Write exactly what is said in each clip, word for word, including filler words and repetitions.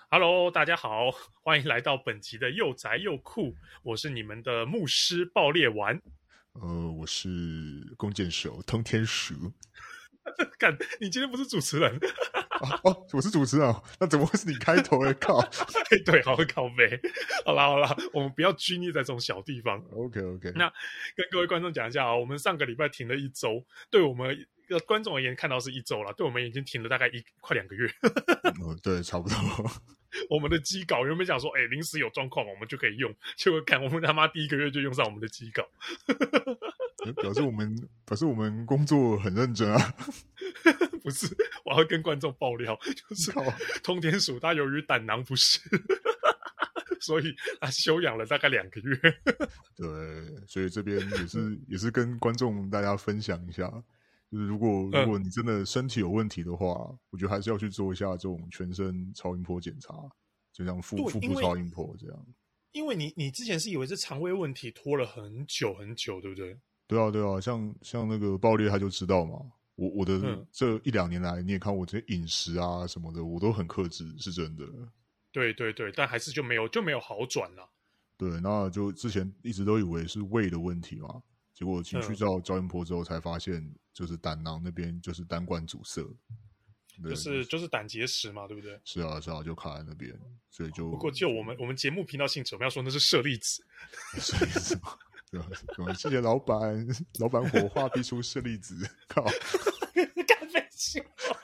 Hello，大家好，欢迎来到本集的又宅又酷，我是你们的牧师爆裂丸。 呃，我是弓箭手通天鼠。 干，你今天不是主持人啊、哦，我是主持人、哦，那怎么会是你开头的？靠！ 对，好会靠背。好啦好啦，我们不要拘泥在这种小地方。 OK OK， 那跟各位观众讲一下啊、哦，我们上个礼拜停了一周，对我们观众而言看到是一周了，对我们已经停了大概一快两个月。 嗯，对，差不多。 我们的机稿原本想说，哎、欸，临时有状况我们就可以用，结果看我们他妈第一个月就用上我们的机稿， 表示我们表示我们工作很认真啊。 不是，我要跟观众爆料，就是通天鼠他由于胆囊不适，所以他休养了大概两个月。 对，所以这边也是也是跟观众大家分享一下，就是如果如果你真的身体有问题的话，嗯、我觉得还是要去做一下这种全身超音波检查，就像腹腹部超音波这样。 因为你你之前是以为是肠胃问题拖了很久很久，对不对？ 对啊对啊，像像那个爆裂他就知道嘛。我我的这一两年来，你也看我这些饮食啊什么的，我都很克制，是真的。 对对对，但还是就没有就没有好转了。 对，那就之前一直都以为是胃的问题嘛，结果去去照超音波之后才发现，就是胆囊那边就是胆管阻塞， 就是就是胆结石嘛，对不对？ 是啊是啊，就卡在那边，所以就不过就我们我们节目频道性质，我们要说那是舍利子。 舍利子嘛，对吧？谢谢老板，老板火化逼出舍利子，靠！ 干废笑。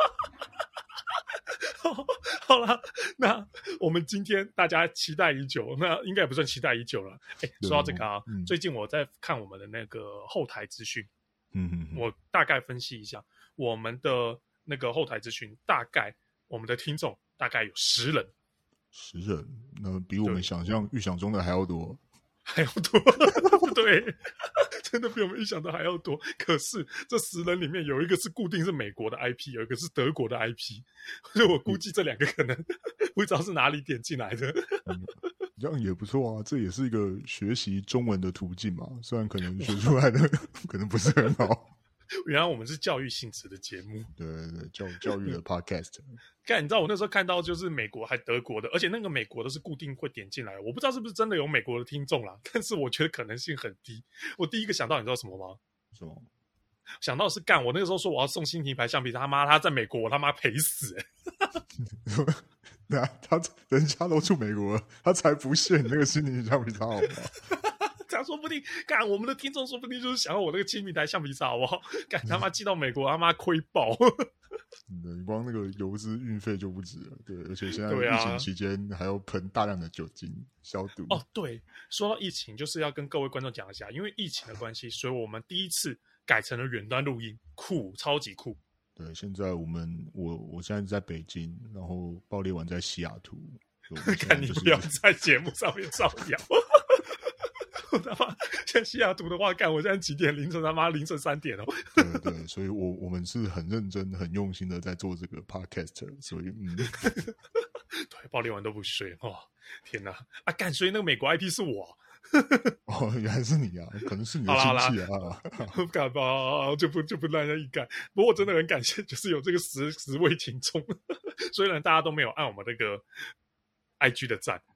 好了，那我们今天大家期待已久，那应该也不算期待已久了。哎，说到这个啊、嗯，最近我在看我们的那个后台资讯， 嗯嗯， 我大概分析一下我们的那个后台资讯，大概我们的听众大概有十人， 十人，那比我们想象预想中的还要多。 还要多，对，真的比我们预想的还要多。可是这十人里面有一个是固定是美国的 I P， 有一个是德国的 I P， 所以我估计这两个可能不知道是哪里点进来的。 嗯、这样也不错啊，这也是一个学习中文的途径嘛。虽然可能学出来的可能不是很好。 原来我们是教育性质的节目， 对对，教教育的 podcast。 干，你知道我那时候看到就是美国还德国的，而且那个美国的是固定会点进来，我不知道是不是真的有美国的听众啦，但是我觉得可能性很低。我第一个想到你知道什么吗？ 什么？ 想到是干，我那个时候说我要送新品牌橡皮擦，他妈他在美国，我他妈赔死、欸！ 对啊，他人家都住美国了，他才不屑你那个新品橡皮擦好吗？ 他说不定干我们的听众说不定就是想要我那个亲民台橡皮擦好不好？干他妈寄到美国他妈亏爆！ 对，你光那个邮资运费就不止了，对，而且现在疫情期间还要喷大量的酒精消毒。 哦，对，说到疫情，就是要跟各位观众讲一下，因为疫情的关系，所以我们第一次改成了远端录音，酷，超级酷。 对，现在我们我我现在在北京，然后爆裂丸在西雅图。 看你不要在节目上面造谣。我他妈像西雅图的话，干我现在几点？凌晨他妈凌晨三点哦。 对对，所以我我们是很认真、很用心的在做这个 podcast， 所以嗯， 对，爆裂完都不睡哦，天哪啊干！所以那个美国 I P 是我。 哦，原来是你啊，可能是你的亲戚啊。 不敢吧，就不就不让人一干。不过我真的很感谢，就是有这个十十位听众，虽然大家都没有按我们那个。I G 的赞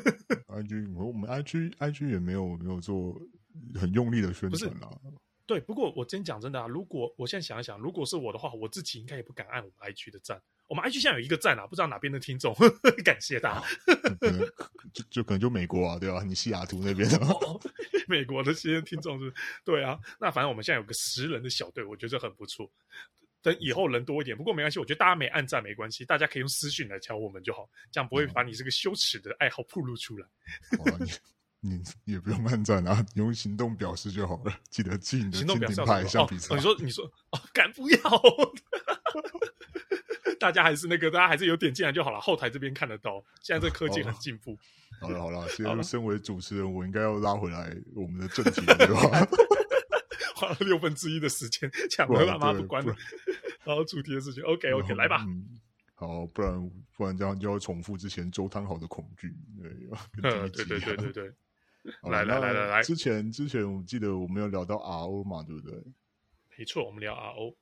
，I G 我们 I G I G 也没有没有做很用力的宣传啦。 对，不过我真讲真的啊，如果我现在想一想，如果是我的话，我自己应该也不敢按我们 I G 的赞。我们 I G 现在有一个赞啊，不知道哪边的听众，感谢大家。 可能就就可能就美国啊，对吧、啊？你西雅图那边的、 哦，美国的些听众是，对啊。那反正我们现在有个十人的小队，我觉得很不错。等以后人多一点，不过没关系，我觉得大家没按赞没关系，大家可以用私讯来敲我们就好，这样不会把你这个羞耻的爱好暴露出来。 哦、你, 你也不用按赞啊，你用行动表示就好了，记得寄你的亲民牌橡皮擦。 哦，你说你说哦，敢不要？大家还是那个，大家还是有点进来就好了，后台这边看得到。现在这科技很进步。 好了好了，现在身为主持人，我应该要拉回来我们的正题了，对吧？ 花了六分之一的时间抢了他妈不关了，然后主题的事情 ，OK OK， 来吧。 嗯，好，不然不然这样就要重复之前周汤豪的恐惧，对， 嗯，对对对对对。来来来来来， 之前之前我记得我们有聊到 R O 嘛，对不对？ 没错，我们聊 R O。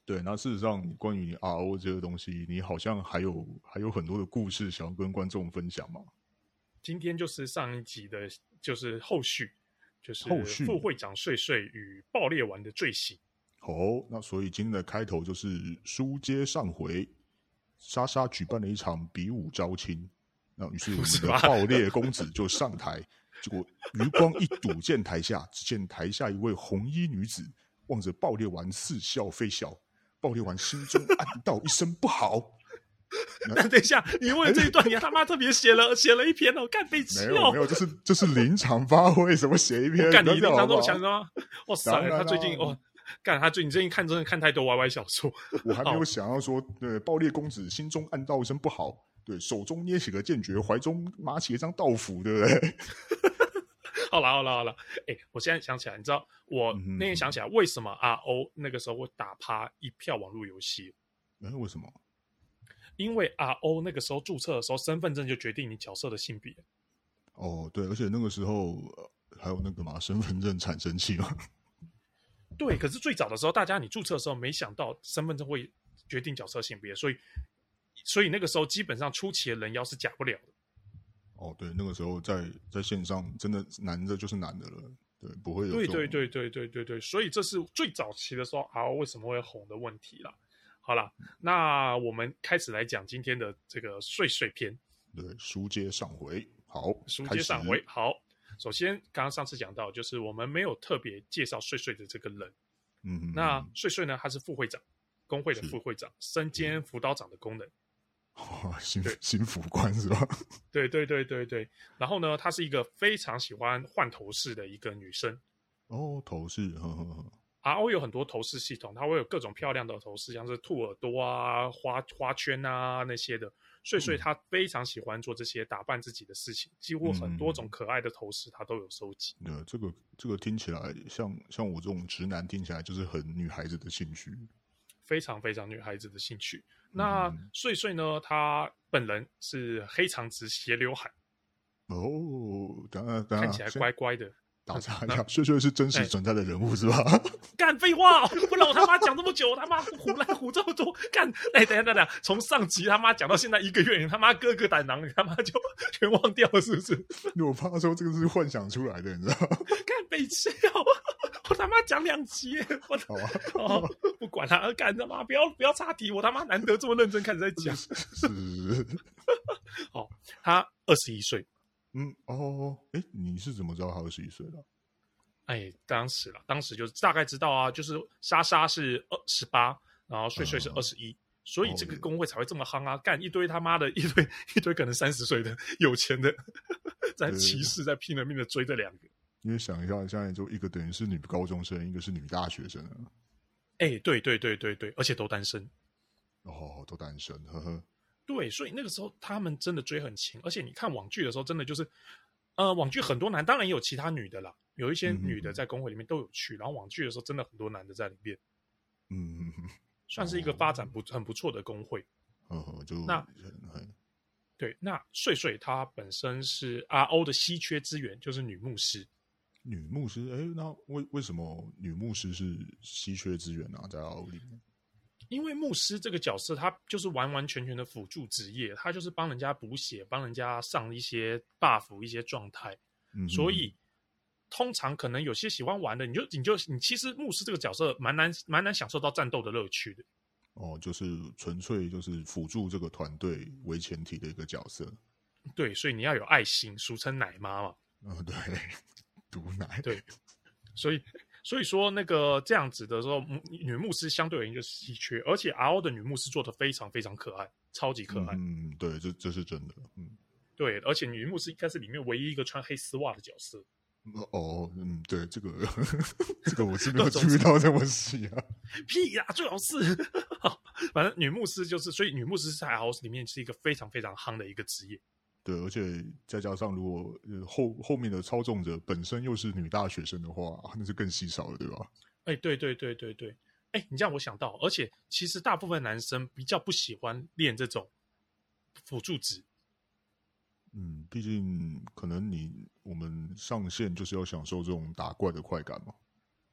对，那事实上关于 R O 这个东西，你好像还有还有很多的故事想要跟观众分享嘛？ 今天就是上一集的，就是后续，就是后续副会长睡睡与爆裂丸的罪行。 哦，那所以今天的开头就是书接上回，莎莎举办了一场比武招亲，那于是我们的爆裂公子就上台，结果余光一睹见台下，只见台下一位红衣女子望着爆裂丸似笑非笑，爆裂丸心中暗道一声不好。 等一下，你为了这一段，你他妈特别写了写了一篇哦，干被气哦！没有没有，这是这是临场发挥，什么写一篇？ 干你临场这么强的吗？哇塞， 啊、 他最近哦，干他最近最近看真的看太多 Y Y 小说， 我还没有想要说，对，爆裂公子心中暗道一声不好，对手中捏起个剑诀，怀中拿起一张道符，对不对？ 好了好了好了，哎，我现在想起来，你知道我那天想起来，为什么 R O 那个时候会打趴一票网络游戏？ 哎，为什么？ 因为 R O 那个时候注册的时候，身份证就决定你角色的性别。 哦，对，而且那个时候还有那个嘛，身份证产生器嘛。 对，可是最早的时候，大家你注册的时候，没想到身份证会决定角色性别，所以所以那个时候基本上初期的人妖是假不了的。 哦，对，那个时候在在线上真的男的就是男的了，对，不会有这种。 对对对对对对对，所以这是最早期的时候 R O 为什么会红的问题啦。好啦，那我们开始来讲今天的这个碎碎篇。 对，书接上回，好， 书接上回，好。首先，刚刚上次讲到，就是我们没有特别介绍碎碎的这个人。 嗯， 那碎碎呢，他是副会长，工会的副会长，身兼辅导长的功能。 哇，新新辅官是吧？ 对对对对对。然后呢，她是一个非常喜欢换头饰的一个女生。 哦，头饰，呵呵呵。 R O 有很多头饰系统，它会有各种漂亮的头饰，像是兔耳朵啊、花花圈啊那些的。碎碎他非常喜欢做这些打扮自己的事情，几乎很多种可爱的头饰他都有收集。 对，这个这个听起来像像我这种直男听起来就是很女孩子的兴趣， 非常非常女孩子的兴趣。那碎碎呢，他本人是黑长直斜刘海。 哦，等下等下， 看起来乖乖的。 打岔一下，碎碎是真实存在的人物是吧？ 干废话，不然我他妈讲这么久，他妈唬来唬这么多，干哎，等一下等一下，从上集他妈讲到现在一个月，你他妈哥哥胆囊，你他妈就全忘掉了是不是？ 我怕说这个是幻想出来的，你知道吗？ 干北七哦，我他妈讲两集，我好啊， 哦，不管他，干他妈不要不要岔题，我他妈难得这么认真开始在讲， 是， 哦，他二十一岁。 嗯哦，哎，你是怎么知道他二十一岁的？ 哎，当时了，当时就大概知道啊，就是莎莎是二十八，然后碎碎是二十一，所以这个工会才会这么夯啊！干一堆他妈的一堆一堆可能三十岁的有钱的，在歧视，在拼了命的追这两个。 因为想一下，现在就一个等于是女高中生，一个是女大学生啊。 哎，对对对对对，而且都单身。 哦，都单身，呵呵。 对，所以那个时候他们真的追很勤，而且你看网剧的时候，真的就是，呃，网剧很多男，当然也有其他女的啦，有一些女的在工会里面都有去，然后网剧的时候真的很多男的在里面， 嗯， 算是一个发展不很不错的工会。 哦，就那对，那碎碎她本身是 R O 的稀缺资源，就是女牧师。 女牧师，哎，那为为什么女牧师是稀缺资源啊？在 R O 里面？ 因为牧师这个角色，他就是完完全全的辅助职业，他就是帮人家补血，帮人家上一些 buff、一些状态。嗯、所以通常可能有些喜欢玩的，你就你就你其实牧师这个角色蛮难蛮难享受到战斗的乐趣的。 哦，就是纯粹就是辅助这个团队为前提的一个角色。 对，所以你要有爱心，俗称奶妈嘛。 嗯、哦，对，毒奶。 对，所以。所以说，那个这样子的时候，女牧师相对而言就是稀缺，而且 R O 的女牧师做的非常非常可爱，超级可爱。 嗯，对，这这是真的。嗯， 对，而且女牧师应该是里面唯一一个穿黑丝袜的角色。 哦，嗯，对，这个这个我是没有注意到这么细啊。 屁呀，最好是。反正女牧师就是，所以女牧师在 R O 里面是一个非常非常夯的一个职业。 对，而且再加上如果后后面的操纵者本身又是女大学生的话，那是更稀少了，对吧？ 哎，对对对对对，哎，你这样我想到，而且其实大部分男生比较不喜欢练这种辅助职。 嗯，毕竟可能你我们上线就是要享受这种打怪的快感嘛。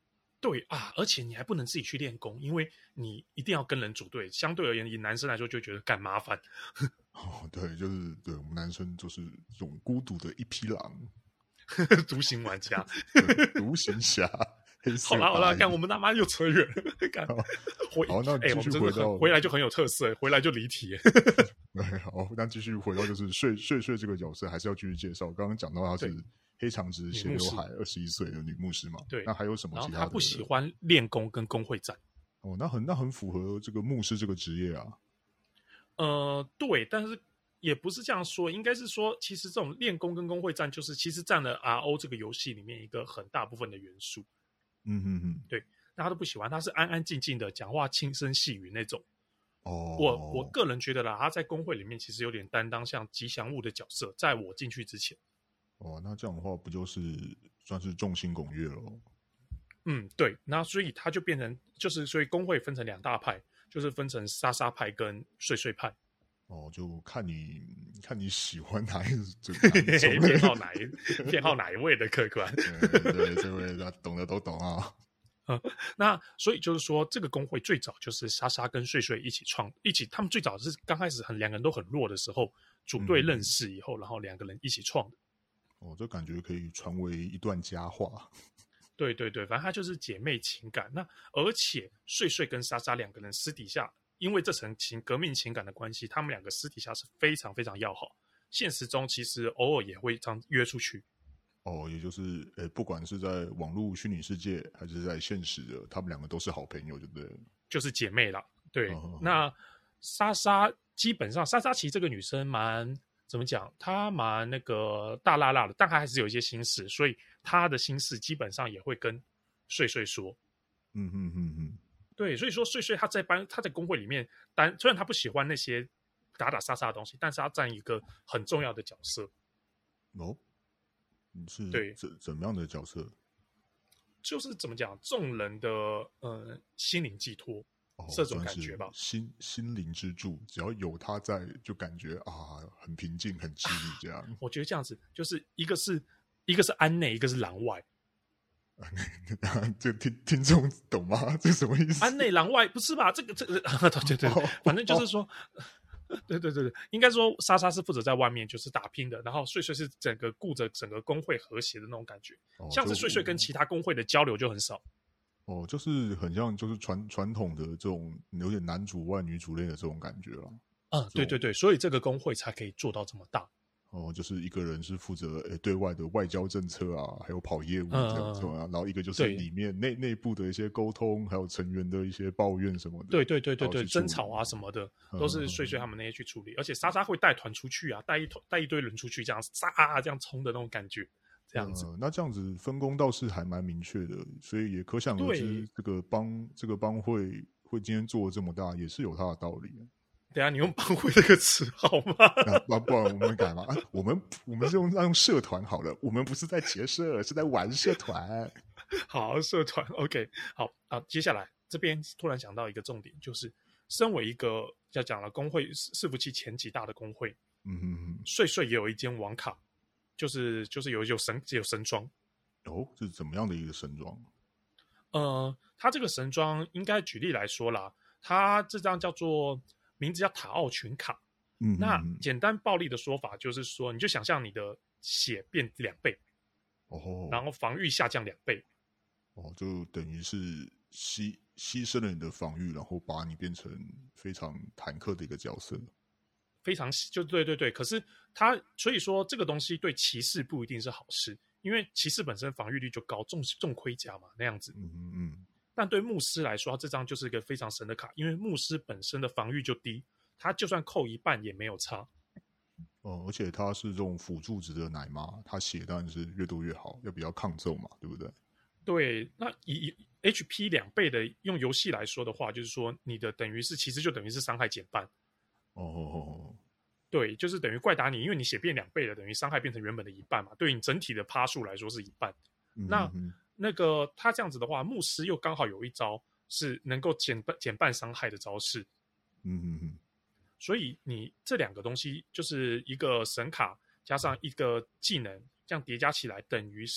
对啊，而且你还不能自己去练功，因为你一定要跟人组队。相对而言，以男生来说就觉得干麻烦。 哦，对，就是对我们男生就是这种孤独的一匹狼， 独行玩家， 独行侠。黑色好啦好啦， 大衣看我们他妈又扯远了。干回好，那哎、 继我们真的续回到很回来就很有特色，回来就离题。 对，好，那继续回到就是睡睡睡这个角色，还是要继续介绍。刚刚讲到她是对黑长直、斜女牧师刘海、二十一岁的女牧师嘛。 对， 那还有什么然后其他的？ 他不喜欢练功跟工会战。 哦，那很那很符合这个牧师这个职业啊。 呃，对，但是也不是这样说，应该是说，其实这种练功跟工会战，就是其实占了 R O 这个游戏里面一个很大部分的元素。 嗯嗯嗯， 对，大家都不喜欢，他是安安静静的讲话，轻声细语那种。 哦， 我我个人觉得啦，他在工会里面其实有点担当像吉祥物的角色，在我进去之前。 哦，那这样的话不就是算是众星拱月了？ 嗯，对，那所以他就变成就是所以工会分成两大派，就是分成莎莎派跟睡睡派。 哦，就看你看你喜欢哪一种偏好哪一偏好哪一位的客观。 对对，这位他懂的都懂啊。 嗯，那所以就是说，这个工会最早就是莎莎跟睡睡一起创，一起他们最早是刚开始很两个人都很弱的时候组队认识以后，嗯、然后两个人一起创的。 哦，这感觉可以传为一段佳话。 对对对，反正他就是姐妹情感。那而且睡睡跟莎莎两个人私底下，因为这层情革命情感的关系，他们两个私底下是非常非常要好。现实中其实偶尔也会这样约出去。 哦，也就是，呃，不管是在网络虚拟世界还是在现实的，他们两个都是好朋友，对不对？ 就是姐妹啦。对， 哦、 那莎莎基本上，莎莎其实这个女生蛮怎么讲？她蛮那个大辣辣的，但她还是有一些心事，所以她的心事基本上也会跟睡睡说。 嗯嗯嗯嗯， 对，所以说睡睡他在班他在工会里面担，虽然他不喜欢那些打打杀杀的东西，但是他占一个很重要的角色。 哦。你是对怎怎么样的角色？ 就是怎么讲，众人的呃心灵寄托， 哦， 这种感觉吧。 心心灵支柱，只要有他在，就感觉啊很平静、很治愈这样、啊。 我觉得这样子，就是一个是一个是安内，一个是狼外。 这听听众懂吗？这什么意思？ 安内狼外不是吧？这个这个对对对，哦、反正就是说。哦对对对对，应该说莎莎是负责在外面就是打拼的，然后睡睡是整个顾着整个工会和谐的那种感觉。哦、像是睡睡跟其他工会的交流就很少。 哦，就是很像就是传传统的这种有点男主外女主内的这种感觉了。 嗯，对对对，所以这个工会才可以做到这么大。 哦，就是一个人是负责诶对外的外交政策啊，还有跑业务这样子啊，嗯、然后一个就是里面内内部的一些沟通，还有成员的一些抱怨什么的。 对对对对对，争吵啊什么的，都是睡睡他们那些去处理。嗯、而且莎莎会带团出去啊，带一带一堆人出去，这样杀啊这样冲的那种感觉，这样子、 呃。那这样子分工倒是还蛮明确的，所以也可想而知，这个帮这个帮会会今天做的这么大，也是有它的道理。 等一下，你用帮会这个词好吗？ 那不然我们改嘛？我们我们是用用社团好了，我们不是在结社，是在玩社团。 好，社团 OK， 好啊。接下来这边突然想到一个重点，就是身为一个要讲了工会伺服器前几大的工会， 嗯哼哼， 睡睡也有一间网卡，就是就是有有神有神装。 哦，是怎么样的一个神装？ 呃，它这个神装应该举例来说啦，它这张叫做。名字叫塔奥群卡， 嗯， 那简单暴力的说法就是说，你就想象你的血变两倍， 哦， 然后防御下降两倍， 哦，就等于是牺牺牲了你的防御，然后把你变成非常坦克的一个角色， 非常就对对对。可是它所以说这个东西对骑士不一定是好事，因为骑士本身防御率就高，重重盔甲嘛那样子， 嗯嗯嗯。 但对牧师来说，这张就是一个非常神的卡，因为牧师本身的防御就低，他就算扣一半也没有差。 哦，而且他是这种辅助值的奶妈，他血当然是越多越好，要比较抗揍嘛，对不对？ 对，那以 H P 两倍的，用游戏来说的话，就是说你的等于是其实就等于是伤害减半。 哦哦哦， 对，就是等于怪打你，因为你血变两倍了，等于伤害变成原本的一半嘛，对你整体的趴数来说是一半。 嗯、 那。嗯那个他这样子的话，牧师又刚好有一招是能够减半减半伤害的招式， 嗯嗯嗯， 所以你这两个东西就是一个神卡加上一个技能，这样叠加起来，等于是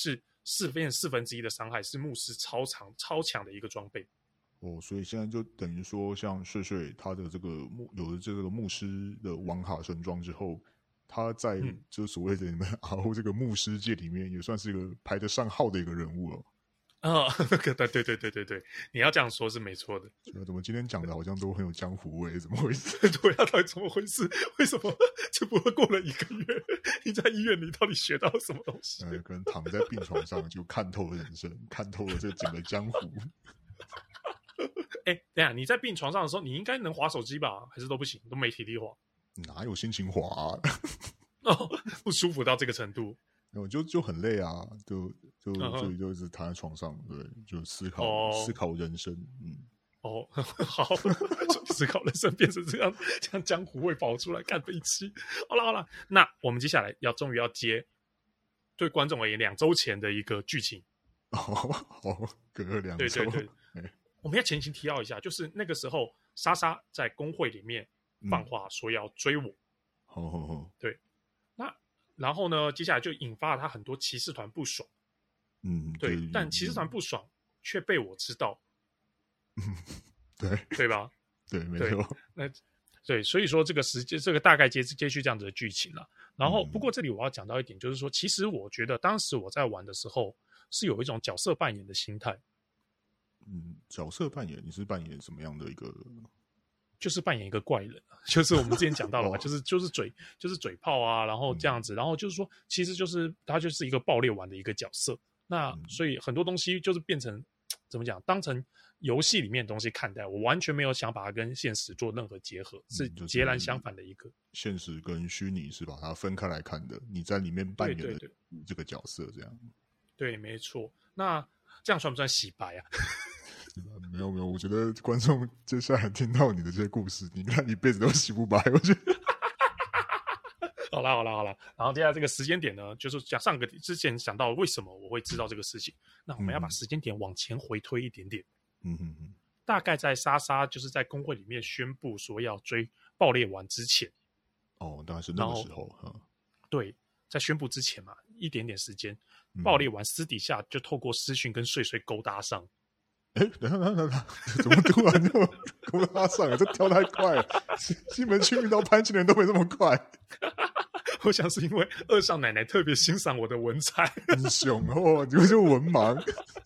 四变四分之一的伤害，是牧师超长超强的一个装备。 哦，所以现在就等于说，像睡睡他的这个牧有了这个牧师的王卡神装之后，他在就所谓的你们 R O 这个牧师界里面，也算是一个排得上号的一个人物了。 啊，那个对对对对对对，你要这样说是没错的。 怎么今天讲的好像都很有江湖味？怎么回事？ 对啊，到底怎么回事？为什么就不会过了一个月，你在医院里到底学到了什么东西？ 呃，可能躺在病床上就看透了人生，看透了这整个江湖。 哎，等一下，你在病床上的时候，你应该能滑手机吧？还是都不行，都没体力滑？ 哪有心情滑啊？ 哦，不舒服到这个程度。 我就就很累啊，就就就就一直躺在床上，对，就思考、哦、思考人生，嗯， 哦，好，思考人生变成这样，这样江湖会跑出来干飞机。好了好了，那我们接下来要终于要接对观众而言两周前的一个剧情。 哦，好，隔了两周， 对对对，我们要前情提要一下，就是那个时候莎莎在工会里面放话说要追我， 好好好， 对，那。然后呢，接下来就引发了他很多骑士团不爽。 嗯， 对，对但骑士团不爽、嗯、却被我知道， 对对吧？ 对，没错。 那对，所以说这个时间，这个大概接接续这样子的剧情了。然后，不过这里我要讲到一点，就是说，其实我觉得当时我在玩的时候，是有一种角色扮演的心态。 嗯，角色扮演，你是扮演什么样的一个？ 就是扮演一个怪人，就是我们之前讲到了嘛，就是就是嘴就是嘴炮啊，然后这样子，然后就是说，其实就是他就是一个爆裂丸的一个角色。那所以很多东西就是变成怎么讲，当成游戏里面的东西看待，我完全没有想把它跟现实做任何结合，是截然相反的一个。 现实跟虚拟是把它分开来看的，你在里面扮演的这个角色，这样。 对，没错。那这样算不算洗白啊？ 没有没有，我觉得观众接下来听到你的这些故事，你看一辈子都洗不白。我觉得。 好啦好啦好啦，然后接下来这个时间点呢，就是讲上个之前讲到为什么我会知道这个事情，那我们要把时间点往前回推一点点。 嗯哼哼， 大概在莎莎就是在工会里面宣布说要追爆裂丸之前。 哦，当然是那个时候。嗯、 对，在宣布之前嘛，一点点时间，爆裂丸私底下就透过私讯跟睡睡勾搭上。 哎，等下等下等下，怎么突然就勾搭上了？这跳太快了，西门庆遇到潘金莲都没这么快。 我想是因为二少奶奶特别欣赏我的文采， 很雄厚，你们就文盲。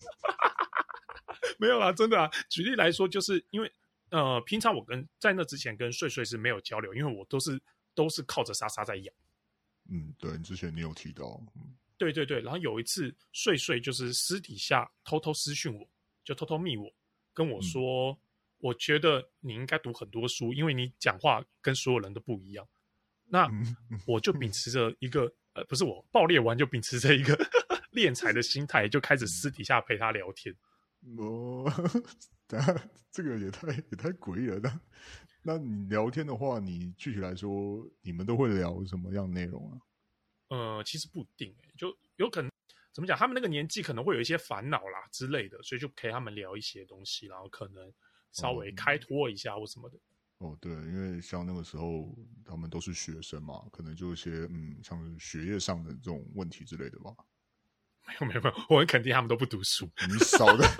没有啦，真的啊。举例来说，就是因为呃，平常我跟在那之前跟睡睡是没有交流，因为我都是都是靠着莎莎在养。 嗯，对，之前你有提到。嗯、 对对对，然后有一次睡睡就是私底下偷偷私讯我。就偷偷密我，跟我说、嗯，我觉得你应该读很多书，因为你讲话跟所有人都不一样。那我就秉持着一个、嗯、呃，不是我爆裂完就秉持着一个敛财的心态，就开始私底下陪他聊天。 哦，等下这个也太也太诡异了。那那你聊天的话，你具体来说，你们都会聊什么样的内容啊？ 呃，其实不一定、欸，就有可能。怎么讲？他们那个年纪可能会有一些烦恼啦之类的，所以就陪他们聊一些东西，然后可能稍微开脱一下或什么的。 哦，对，因为像那个时候他们都是学生嘛，可能就有一些嗯，像是学业上的这种问题之类的吧。 没有没有没有，我很肯定他们都不读书。 你少的。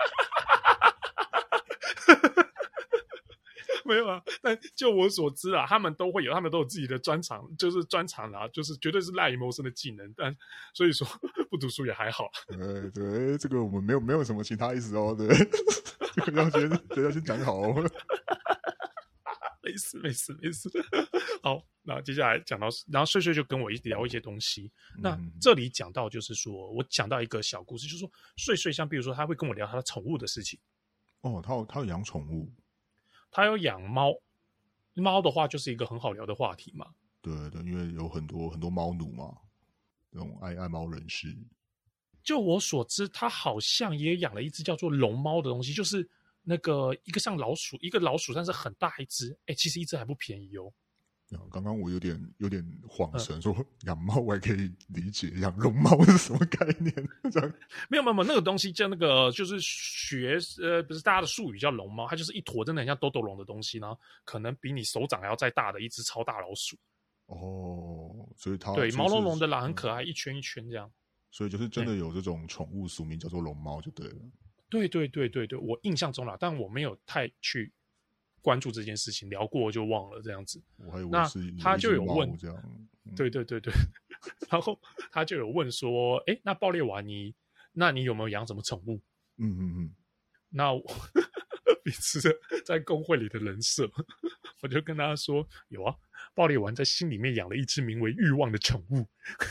没有啊，但就我所知啊，他们都会有，他们都有自己的专长，就是专长啦，就是绝对是赖以谋生的技能。但所以说不读书也还好。 对对，这个我们没有没有什么其他意思哦，对，这个要先要先讲好哦。 没事没事没事。好，那接下来讲到，然后睡睡就跟我一聊一些东西。嗯、那这里讲到就是说我讲到一个小故事，就是说睡睡像比如说他会跟我聊他的宠物的事情。 哦，他有他有养宠物。 他有养猫，猫的话就是一个很好聊的话题嘛。 对对，因为有很多很多猫奴嘛，这种爱爱猫人士。 就我所知，他好像也养了一只叫做龙猫的东西，就是那个一个像老鼠，一个老鼠，但是很大一只。哎，其实一只还不便宜哦。 刚刚我有点有点恍神，说养猫我还可以理解，养龙猫是什么概念？ 没有没有，那个东西叫那个就是学呃不是大家的术语叫龙猫，它就是一坨真的很像豆豆龙的东西呢，可能比你手掌还要再大的一只超大老鼠。 哦，所以它对毛茸茸的啦，很可爱，嗯、一圈一圈这样。 所以就是真的有这种宠物俗名叫做龙猫就对了。 对对对对对，我印象中啦，但我没有太去关注这件事情，聊过就忘了这样子。 我还以为那是他就有问这样、 嗯，对对对对，然后他就有问说，哎，那爆裂丸你，那你有没有养什么宠物？ 嗯嗯嗯， 那我彼此在公会里的人设，我就跟他说，有啊，爆裂丸在心里面养了一只名为欲望的宠物。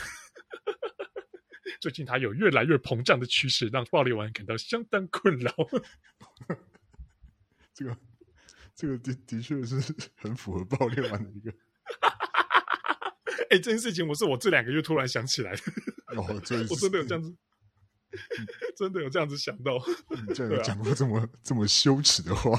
最近它有越来越膨胀的趋势，让爆裂丸感到相当困扰。 这个这个的的确是很符合爆裂丸的一个。 哎、欸，这件事情我是我这两个月突然想起来的。 哦，我真的有这样子，真的有这样子想到。 你竟然有讲过这么、啊、这么羞耻的话。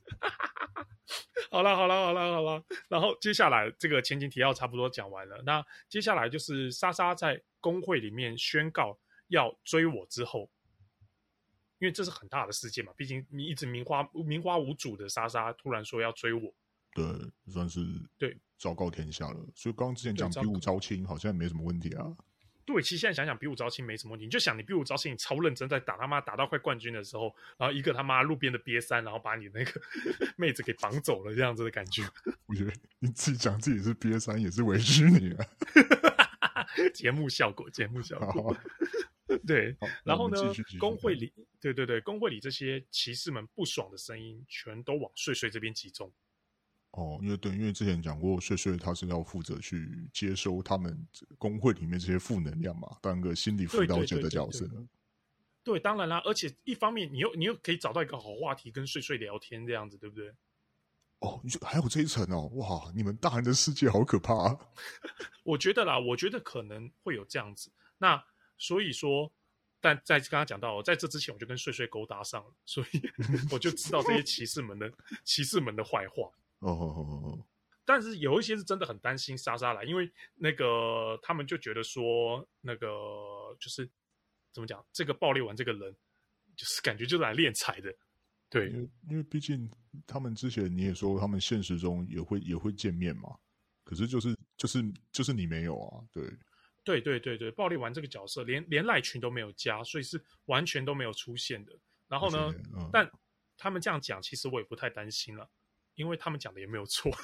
好了好了好了好了，然后接下来这个前情提要差不多讲完了，那接下来就是莎莎在公会里面宣告要追我之后，因为这是很大的事件嘛，毕竟你一直名花名花无主的莎莎突然说要追我， 对，算是对昭告天下了。所以刚刚之前讲比武招亲好像没什么问题啊。 对，其实现在想想比武招亲没什么问题，你就想你比武招亲，你超认真在打他妈打到快冠军的时候，然后一个他妈路边的瘪三，然后把你那个妹子给绑走了，这样子的感觉。 我觉得你自己讲自己是瘪三也是委屈你啊。 节目效果，节目效果。对，然后呢，工会里，对对对，工会里这些骑士们不爽的声音，全都往睡睡这边集中。 哦，因为对，因为之前讲过，睡睡他是要负责去接收他们工会里面这些负能量嘛，当个心理辅导者的角色。 对, 对, 对, 对, 对, 对，当然啦，而且一方面你又你又可以找到一个好话题跟睡睡聊天这样子，对不对？ 哦，还有这一层哦，哇，你们大人的世界好可怕啊！ 我觉得啦，我觉得可能会有这样子。那所以说，但在刚刚讲到，在这之前我就跟睡睡勾搭上了，所以我就知道这些骑士们的骑士们的坏话。 哦哦哦哦， 但是有一些是真的很担心莎莎来，因为那个他们就觉得说，那个就是怎么讲，这个爆裂丸这个人，就是感觉就是来敛财的，对， 因为因为毕竟他们之前你也说他们现实中也会也会见面嘛，可是就是就是就是你没有啊，对， 对对对对，爆裂丸这个角色连连赖群都没有加，所以是完全都没有出现的。然后呢，嗯、但他们这样讲，其实我也不太担心了。因为他们讲的也没有错，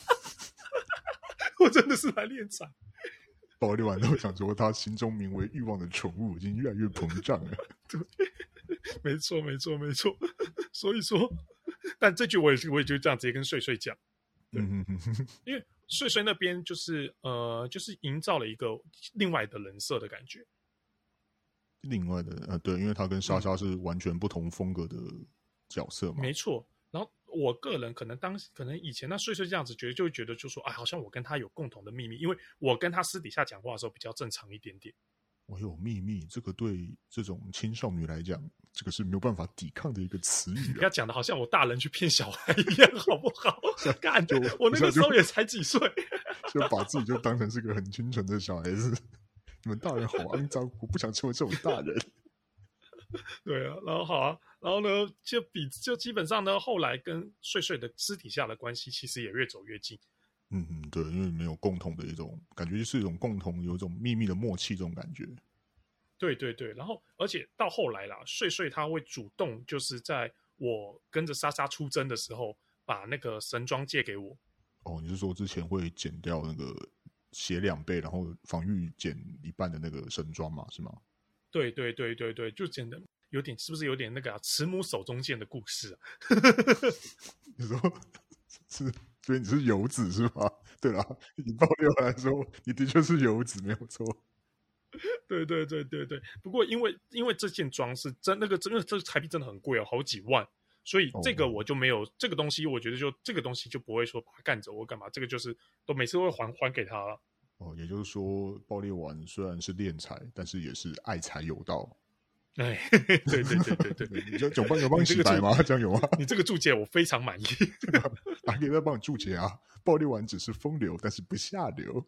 我真的是来练财。 爆裂丸都想说，他心中名为欲望的宠物已经越来越膨胀了。 对，没错，没错，没错。所以说，但这句我也我也就这样直接跟睡睡讲，对，嗯、因为睡睡那边就是呃，就是营造了一个另外的人设的感觉。 另外的呃，对，因为他跟莎莎是完全不同风格的角色嘛， 没错。然后我个人可能当可能以前那睡睡这样子觉得，就会觉得就说，哎，好像我跟他有共同的秘密，因为我跟他私底下讲话的时候比较正常一点点。 我有秘密，这个对这种青少女来讲，这个是没有办法抵抗的一个词语、啊。 不要讲的好像我大人去骗小孩一样，好不好？干，我那个时候也才几岁， 就把自己就当成是个很清纯的小孩子。你们大人好肮脏，我不想成为这种大人。 对啊，然后好啊，然后呢，就比就基本上呢，后来跟睡睡的私底下的关系其实也越走越近。 嗯嗯，对，因为没有共同的一种感觉，就是一种共同有一种秘密的默契，这种感觉。 对对对，然后而且到后来啦，睡睡他会主动就是在我跟着莎莎出征的时候，把那个神装借给我。 哦，你是说之前会减掉那个血两倍，然后防御减一半的那个神装嘛，是吗？ 对对对对对，就真的有点，是不是有点那个、啊、慈母手中剑的故事啊？ 你说是，所以你是游子是吗？对啦，以爆裂来说，你的确是游子，没有错。 对对对对对，不过因为因为这件装是真那个真的这台币真的很贵哦，好几万，所以这个我就没有、哦、这个东西，我觉得就这个东西就不会说把它干走或干嘛，这个就是都每次都会还还给他了。 哦，也就是说，爆裂丸虽然是敛财，但是也是爱财有道。 哎，对对对对对， 你就有帮有帮洗白吗？这样有吗？ 你这个注解我非常满意， 还可以再帮你注解啊。爆裂丸只是风流，但是不下流。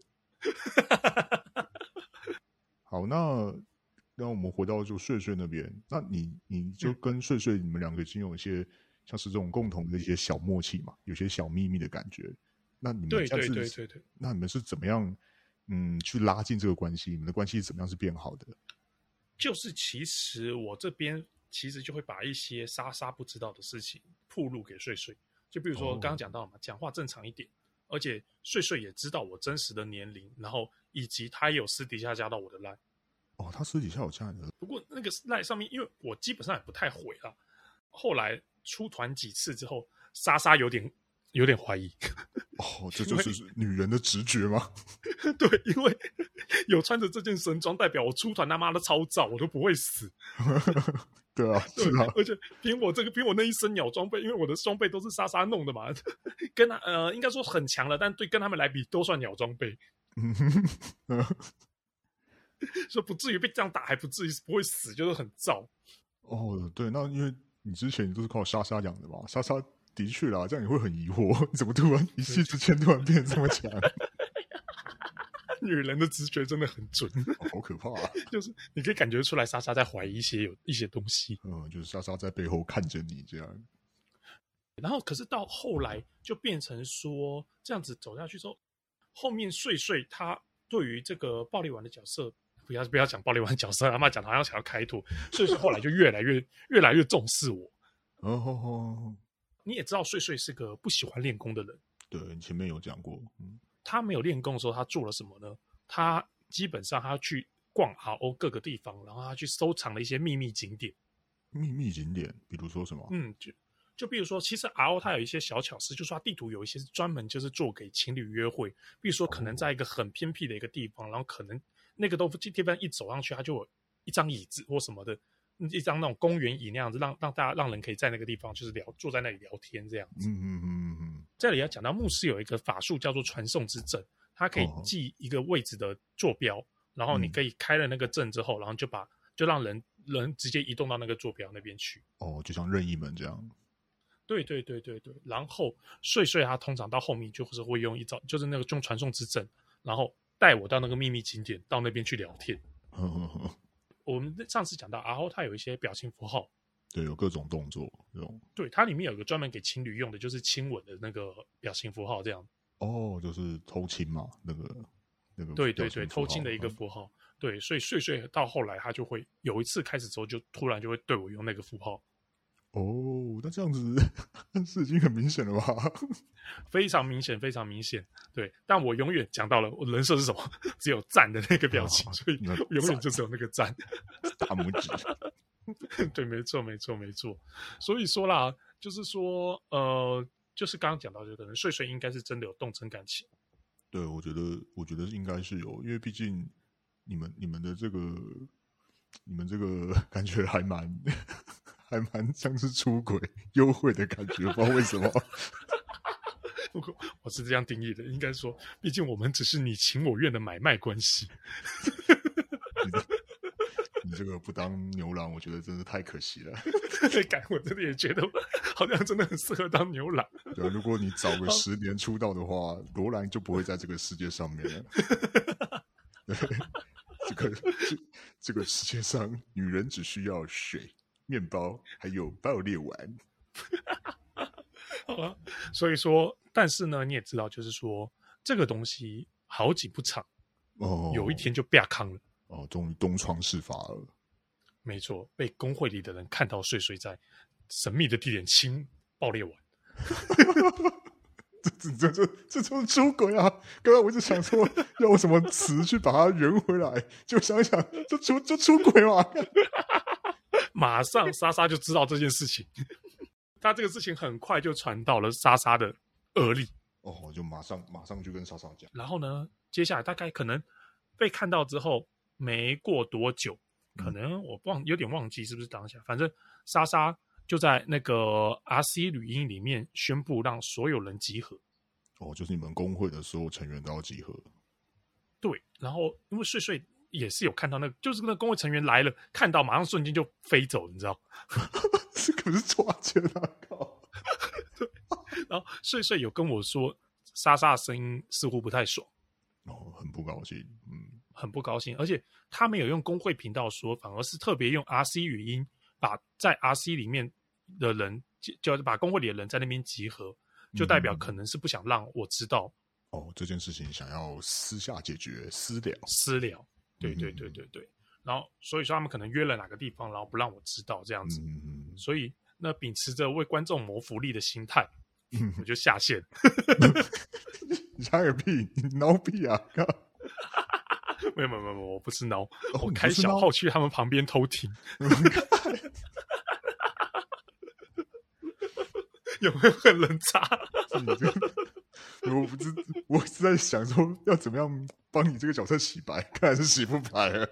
好，那那我们回到就睡睡那边，那你你就跟睡睡你们两个已经有一些、嗯、像是这种共同的一些小默契嘛，有些小秘密的感觉。那你们对对对对对， 那你们是怎么样嗯去拉近这个关系？你们的关系怎么样是变好的？ 就是其实我这边其实就会把一些莎莎不知道的事情暴露给睡睡，就比如说刚刚讲到嘛，讲、哦、话正常一点，而且睡睡也知道我真实的年龄，然后以及他也有私底下加到我的 LINE。 哦，他私底下有加你的， 不过那个 LINE 上面，因为我基本上也不太回啊，后来出团几次之后，莎莎有点有点怀疑。 哦，这就是女人的直觉吗？ 对，因为有穿着这件神装，代表我出团他妈的超燥，我都不会死。 对啊，是啊， 而且凭我这个，凭我那一身鸟装备，因为我的装备都是莎莎弄的嘛，跟他呃，应该说很强了，但对跟他们来比都算鸟装备。所以不至于被这样打，还不至于不会死，就是很燥。 哦，对，那因为你之前都是靠莎莎养的嘛，莎莎的确啦，这样你会很疑惑，你怎么突然一夕之间突然变得这么强？ 女人的直觉真的很准， 哦、好可怕啊！ 就是你可以感觉出来，莎莎在怀疑一些有一些东西。 嗯，就是莎莎在背后看着你这样。 然后，可是到后来就变成说，这样子走下去之后，后面睡睡他对于这个暴力丸的角色。不要不要讲暴力丸角色，他妈讲好像想要开拓，所以说后来就越来越越来越重视我。 哦哦， 你也知道，睡睡是个不喜欢练功的人。 对，你前面有讲过，嗯， 他没有练功的时候，他做了什么呢？他基本上他去逛 R O 各个地方，然后他去收藏了一些秘密景点。 秘密景点，比如说什么？ 嗯，就就比如说，其实 R O 它有一些小巧思，就是说它地图有一些是专门就是做给情侣约会，比如说可能在一个很偏僻的一个地方，然后可能。那个都地方一走上去，它就有一张椅子或什么的，一张那种公园椅那样子，让让大家让人可以在那个地方就是聊，坐在那里聊天这样子。 嗯嗯嗯嗯。 这里要讲到牧师有一个法术叫做传送之阵，它可以记一个位置的坐标，哦、然后你可以开了那个阵之后，然后就把就让人人直接移动到那个坐标那边去。 哦，就像任意门这样。 对对对对对，然后睡睡他通常到后面就是会用一招，就是那个用传送之阵，然后。带我到那个秘密景点，到那边去聊天。 呵呵呵我们上次讲到，然后它有一些表情符号， 对，有各种动作，这种。 对，它里面有一个专门给情侣用的，就是亲吻的那个表情符号，这样。 哦，就是偷亲嘛，那个那个。 对对对，偷亲的一个符号。嗯、对，所以睡睡到后来，他就会有一次开始之后，就突然就会对我用那个符号。 哦，那这样子是已经很明显了吧？ 非常明显，非常明显。对，但我永远讲到了，我人设是什么？只有赞的那个表情，哦、所以永远就只有那个赞， 大拇指。 对，没错，没错，没错。所以说啦，就是说，呃，就是刚刚讲到，就可能睡睡应该是真的有动真感情。 对，我觉得，我觉得应该是有，因为毕竟你们你们的这个，你们这个感觉还蛮。还蛮像是出轨幽会的感觉，不知道为什么。 我是这样定义的，应该说，毕竟我们只是你情我愿的买卖关系。 你, 你这个不当牛郎，我觉得真是太可惜了。 感我真的也觉得，好像真的很适合当牛郎。 对，如果你早个十年出道的话，罗兰就不会在这个世界上面了。对，这个这这个世界上，女人只需要水。面包还有爆裂丸。 好啊，所以说，但是呢，你也知道，就是说这个东西好景不长， 哦， 有一天就被康了。 哦，终于东窗事发了。 没错，被工会里的人看到睡睡在神秘的地点亲爆裂丸。 这这这这就是出轨啊！刚刚我就想说要用什么词去把它圆回来，就想想就出就出轨嘛。 马上莎莎就知道这件事情，他这个事情很快就传到了莎莎的耳里。 哦，就马上马上就跟莎莎讲。 然后呢，接下来大概可能被看到之后，没过多久，可能我忘有点忘记是不是当下，反正莎莎就在那个 R C 语音里面宣布让所有人集合。 哦，就是你们工会的所有成员都要集合。 对，然后因为睡睡。也是有看到那个，就是那个工会成员来了，看到马上瞬间就飞走，你知道？ 这可是抓奸啊！靠！ 对，然后睡睡有跟我说，莎莎的声音似乎不太爽， 哦，很不高兴，嗯， 很不高兴，而且他没有用工会频道说，反而是特别用 R C 语音，把在 R C 里面的人，就把工会里的人在那边集合，就代表可能是不想让我知道。 哦，这件事情想要私下解决，私了， 私了。对对对对对， 然后所以说他们可能约了哪个地方，然后不让我知道这样子。 嗯嗯嗯， 所以那秉持着为观众谋福利的心态，嗯、我就下线。 你下个屁，你挠屁啊！ 没有没有没有，我不是挠， 哦、 我开小号去他们旁边偷听。有没有很人渣？ 我不知，我是在想说要怎么样帮你这个角色洗白，看来是洗不白了。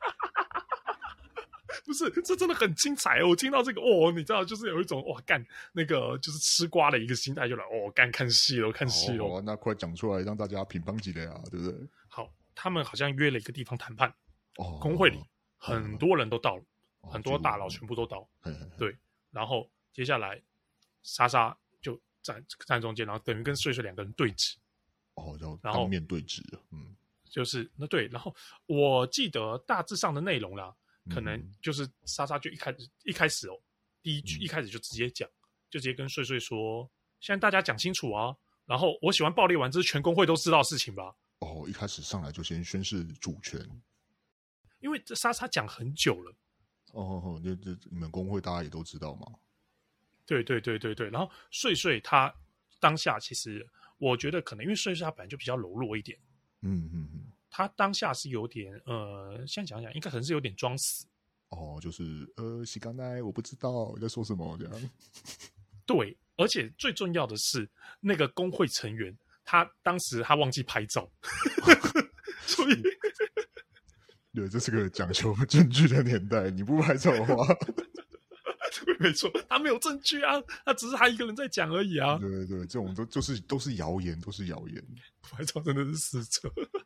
不是，这真的很精彩哦！我听到这个，哦，你知道，就是有一种哇干那个就是吃瓜的一个心态，就来哦干看戏了，看戏了、 哦哦。那快讲出来，让大家评判几类啊，对不对？ 好，他们好像约了一个地方谈判， 哦， 工会里、哦、很多人都到了， 哦、 很多大佬全部都到， 嘿嘿嘿对，然后接下来莎莎就站站中间，然后等于跟睡睡两个人对峙， 哦，然后当面对峙，嗯， 就是那对，然后我记得大致上的内容啦。可能就是莎莎就一开始一开始哦，第一句、嗯、一开始就直接讲，就直接跟睡睡说，现在大家讲清楚啊，然后我喜欢暴力丸，这是全工会都知道的事情吧？ 哦，一开始上来就先宣示主权， 因为这莎莎讲很久了。 哦哦，这这你们工会大家也都知道嘛？ 对对对对对，然后睡睡他当下其实我觉得可能因为睡睡他本来就比较柔弱一点， 嗯嗯嗯。 他当下是有点呃，现在讲讲，应该可能是有点装死哦，就是呃，洗刚才我不知道你在说什么这样。 对，而且最重要的是，那个工会成员他当时他忘记拍照，所以对，这是个讲求证据的年代，你不拍照的话， 对，没错，他没有证据啊，他只是他一个人在讲而已啊。 对对对，这种都就是都是谣言，都是谣言， 拍照真的是死扯。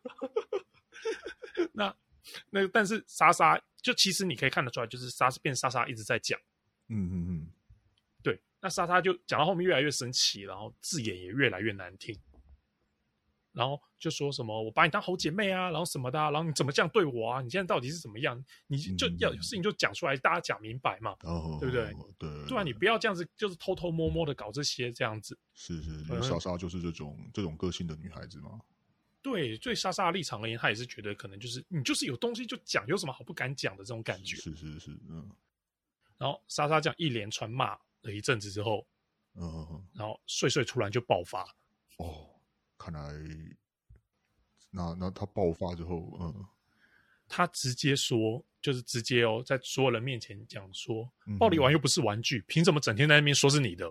那那但是莎莎就其实你可以看得出来，就是莎变莎莎一直在讲， 嗯嗯嗯， 对，那莎莎就讲到后面越来越生气，然后字眼也越来越难听，然后就说什么我把你当好姐妹啊，然后什么的、啊，然后你怎么这样对我啊？你现在到底是怎么样？你就要有事情就讲出来，大家讲明白嘛， 哦， 对不对？ 对， 对啊，你不要这样子，就是偷偷摸摸的搞这些这样子。 是是，因为莎莎就是这种、嗯、这种个性的女孩子嘛。 对，对莎莎的立场而言，她也是觉得可能就是你就是有东西就讲，有什么好不敢讲的这种感觉。 是是是，嗯。 然后莎莎这样一连串骂了一阵子之后， 嗯， 然后睡睡突然就爆发。 哦，看来，那那他爆发之后，嗯， 他直接说，就是直接哦，在所有人面前讲说，嗯、暴力丸又不是玩具，凭什么整天在那边说是你的？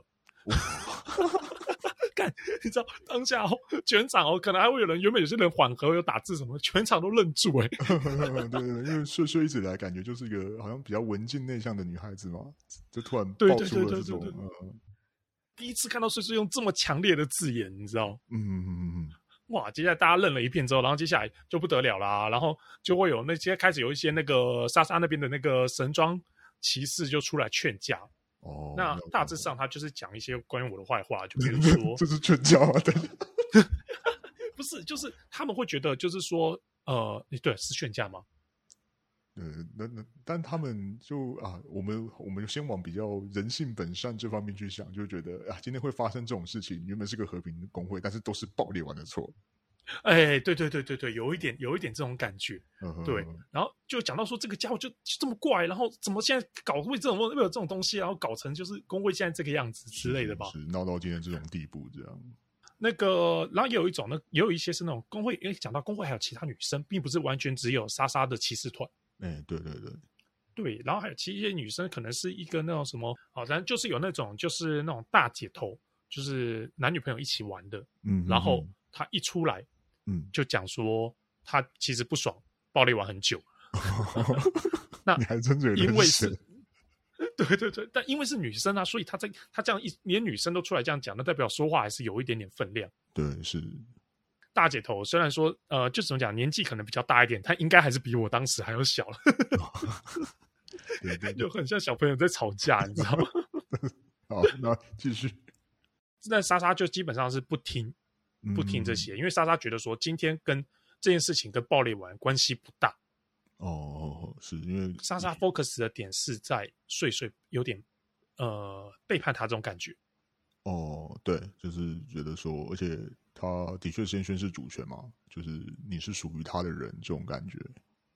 干，你知道当下哦，全场哦，可能还会有人，原本有些人缓和有打字什么，全场都愣住哎。 对对，因为睡睡一直以来感觉就是一个好像比较文静内向的女孩子嘛，就突然爆出了这种，嗯， 第一次看到睡睡用这么强烈的字眼，你知道？ 嗯嗯嗯嗯。 哇！接下来大家愣了一片之后，然后接下来就不得了啦，然后就会有那些开始有一些那个莎莎那边的那个神装骑士就出来劝架。哦，那大致上他就是讲一些关于我的坏话，就比如说这是劝架吗？ 不是，就是他们会觉得就是说，呃，对，是劝架吗？ 呃，那那但他们就啊，我们我们先往比较人性本善这方面去想，就觉得啊，今天会发生这种事情，原本是个和平工会，但是都是暴力丸的错。 哎，对对对对对，有一点有一点这种感觉， 嗯、 对。然后就讲到说这个家伙就这么怪，然后怎么现在搞会这种会有这种东西，然后搞成就是工会现在这个样子之类的吧？ 是闹到今天这种地步，这样。 那个，然后也有一种呢，也有一些是那种工会，因为讲到工会还有其他女生，并不是完全只有莎莎的骑士团。 哎，对对对， 对，然后还有其实一些女生可能是一个那种什么，好像就是有那种就是那种大姐头，就是男女朋友一起玩的， 嗯， 然后她一出来， 嗯， 就讲说她其实不爽，暴力玩很久。那你还真觉得因为是，对对对，但因为是女生啊，所以她在她这样一连女生都出来这样讲，那代表说话还是有一点点分量。 对，是。 大姐头虽然说呃，就怎么讲，年纪可能比较大一点，她应该还是比我当时还要小了。 对对， 就很像小朋友在吵架，你知道吗？ 好，那继续。 那莎莎就基本上是不听，不听这些，嗯、因为莎莎觉得说今天跟这件事情跟暴力丸关系不大。 哦，是因为莎莎 focus 的点是在睡睡有点呃背叛他这种感觉。 哦，对，就是觉得说，而且他的确先宣示主权嘛，就是你是属于他的人这种感觉。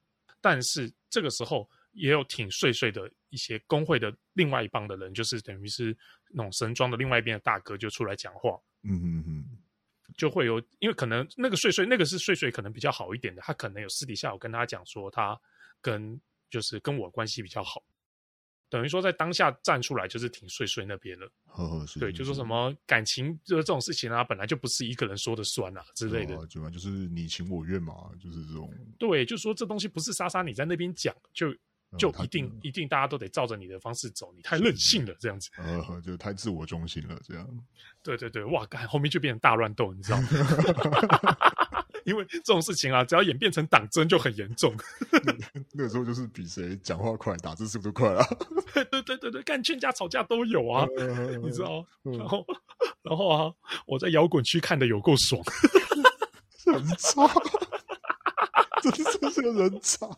但是这个时候也有挺睡睡的一些工会的另外一帮的人，就是等于是那种神庄的另外一边的大哥就出来讲话。 嗯嗯嗯， 就会有，因为可能那个睡睡那个是睡睡可能比较好一点的，他可能有私底下有跟他讲说他跟就是跟我关系比较好，等于说在当下站出来就是挺睡睡那边了。 呵呵，是对，就说什么感情就是这种事情啊，本来就不是一个人说的算啊之类的， 对啊，就是你情我愿嘛，就是这种。 对，就说这东西不是莎莎你在那边讲就。就一定、 嗯、 一定大家都得照着你的方式走，你太任性了这样子， 呃，就太自我中心了这样。 对对对，哇，干后面就变成大乱斗，你知道吗？因为这种事情啊，只要演变成党争就很严重。 那个时候就是比谁讲话快，打字速度快啊。 对对对对对，干劝架吵架都有啊，呃、你知道？然后然后啊，我在摇滚区看的有够爽， 人渣，这真是个人渣。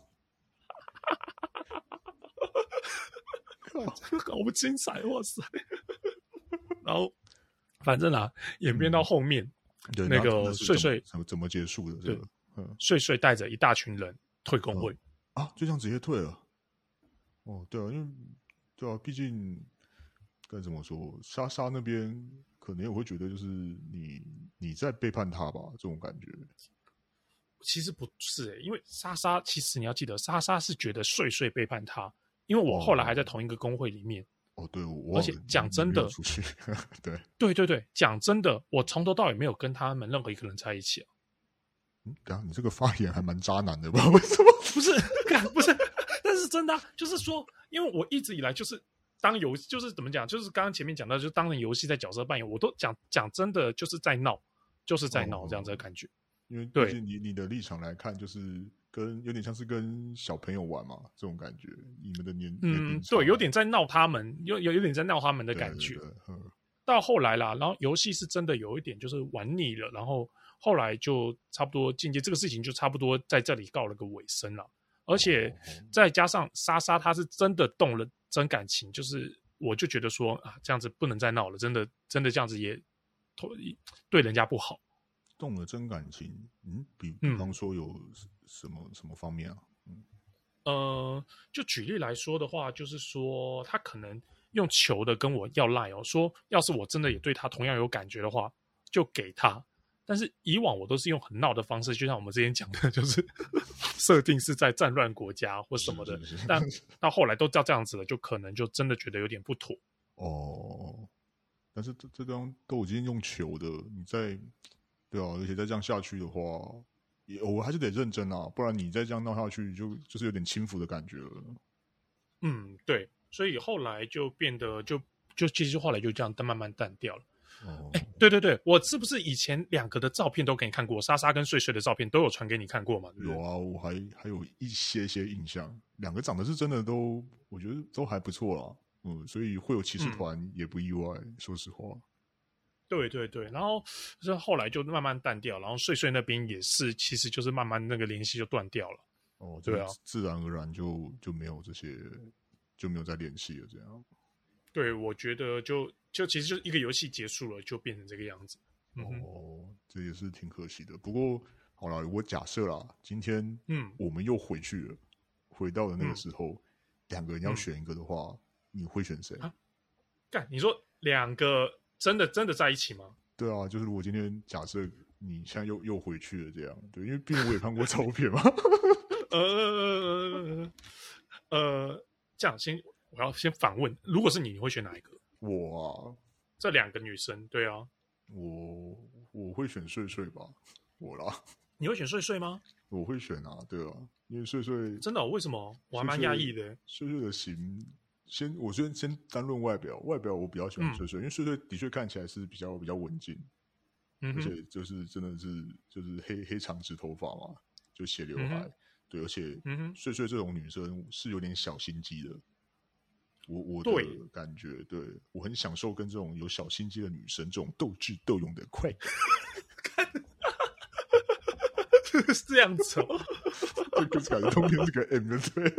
好不精彩，哇塞！然后反正啊，演变到后面，嗯、那个睡睡怎么结束的？这个， 嗯，睡睡带着一大群人退工会、 嗯、啊，就这样直接退了。哦，对啊，因为对啊，毕竟该怎么说，莎莎那边可能也会觉得就是你你在背叛他吧，这种感觉。 其实不是、欸、因为莎莎，其实你要记得，莎莎是觉得睡睡背叛他。因为我后来还在同一个工会里面， 哦，对，我而且讲真的， 出去，对， 对对对，讲真的，我从头到尾没有跟他们任何一个人在一起啊。 嗯，等下你这个发言还蛮渣男的，不知道为什么？ 不是，不是，但是真的、啊，就是说，因为我一直以来就是当游，就是怎么讲，就是刚刚前面讲到，就是当成游戏在角色扮演，我都讲讲真的，就是在闹，就是在闹、哦、这样子的感觉。 因为毕竟你你的立场来看，就是跟有点像是跟小朋友玩嘛，这种感觉。你们的年嗯，对，有点在闹他们，有有有点在闹他们的感觉。 对对对， 到后来啦，然后游戏是真的有一点就是玩腻了，然后后来就差不多进阶，这个事情就差不多在这里告了个尾声了。而且再加上莎莎她是真的动了真感情，就是我就觉得说啊，这样子不能再闹了，真的真的这样子也对人家不好。 动了真感情，嗯，比比方说有什么、嗯、什么方面啊？嗯， 呃，就举例来说的话，就是说他可能用求的跟我要赖哦，说要是我真的也对他同样有感觉的话，就给他。但是以往我都是用很闹的方式，就像我们之前讲的，就是设定是在战乱国家或什么的， 是是是但到后来都照这样子了，就可能就真的觉得有点不妥。 哦，但是这这张都已经用求的，你在。对啊，而且再这样下去的话，也我还是得认真啊，不然你再这样闹下去就，就就是有点轻浮的感觉了。 嗯，对，所以后来就变得就就其实后来就这样慢慢淡掉了。哦，哎，对对对，我是不是以前两个的照片都给你看过？莎莎跟睡睡的照片都有传给你看过吗？ 有啊，我还还有一些些印象，两个长得是真的都，我觉得都还不错啦。嗯，所以会有骑士团也不意外，嗯、说实话。 对对对，然后是后来就慢慢淡掉，然后睡睡那边也是，其实就是慢慢那个联系就断掉了。 哦， 对啊， 自然而然就就没有这些，就没有再联系了，这样。 对，我觉得就就其实就一个游戏结束了，就变成这个样子。 嗯、哦，这也是挺可惜的。不过好了，我假设啦，今天嗯我们又回去了，回到了那个时候，嗯、两个人要选一个的话，嗯、你会选谁？ 啊？干，你说两个？真的真的在一起吗？ 对啊，就是如果今天假设你现在又又回去了这样，对，因为毕竟我也看过照片嘛。 呃呃，这样先我要先反问，如果是你，你会选哪一个？ 我啊， 这两个女生，对啊， 我我会选睡睡吧，我啦。 你会选睡睡吗？ 我会选啊，对啊，因为睡睡真的、哦、为什么？我还蛮讶异的。 睡睡的型。先，我先先单论外表，外表我比较喜欢睡睡，嗯、因为睡睡的确看起来是比较比较文静，嗯、而且就是真的是就是黑黑长直头发嘛，就斜刘海，嗯、对，而且睡睡这种女生是有点小心机的，我我的感觉，对我很享受跟这种有小心机的女生这种斗智斗勇的快感， 是这样子哦， 这就是感觉通篇是个 M 的对。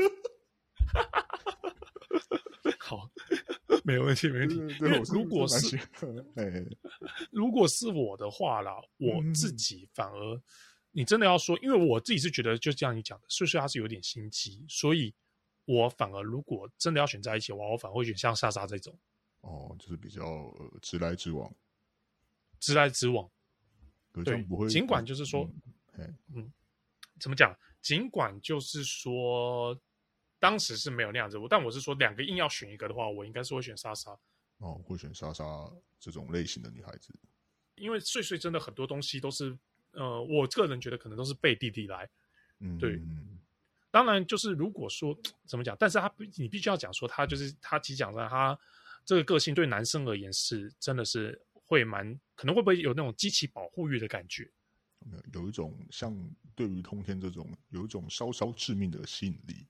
好，没问题，没问题。因为如果是，如果是我的话啦，我自己反而你真的要说，因为我自己是觉得，就像你讲的，岁岁他是有点心机，所以我反而如果真的要选在一起的话，我反而会选像莎莎这种。 哦，就是比较、呃、直来直往， 直来直往。 对，不会。 尽管就是说，嗯，嗯怎么讲？尽管就是说，当时是没有那样子，但我是说，两个硬要选一个的话，我应该是会选莎莎。 哦，会选莎莎这种类型的女孩子， 因为岁岁真的很多东西都是，呃，我个人觉得可能都是背地里来。 嗯， 对。 嗯当然，就是如果说怎么讲，但是他你必须要讲说，他就是他其实讲的，他这个个性对男生而言是真的是会蛮可能会不会有那种激起保护欲的感觉？ 有一种像对于通天这种有一种稍稍致命的吸引力。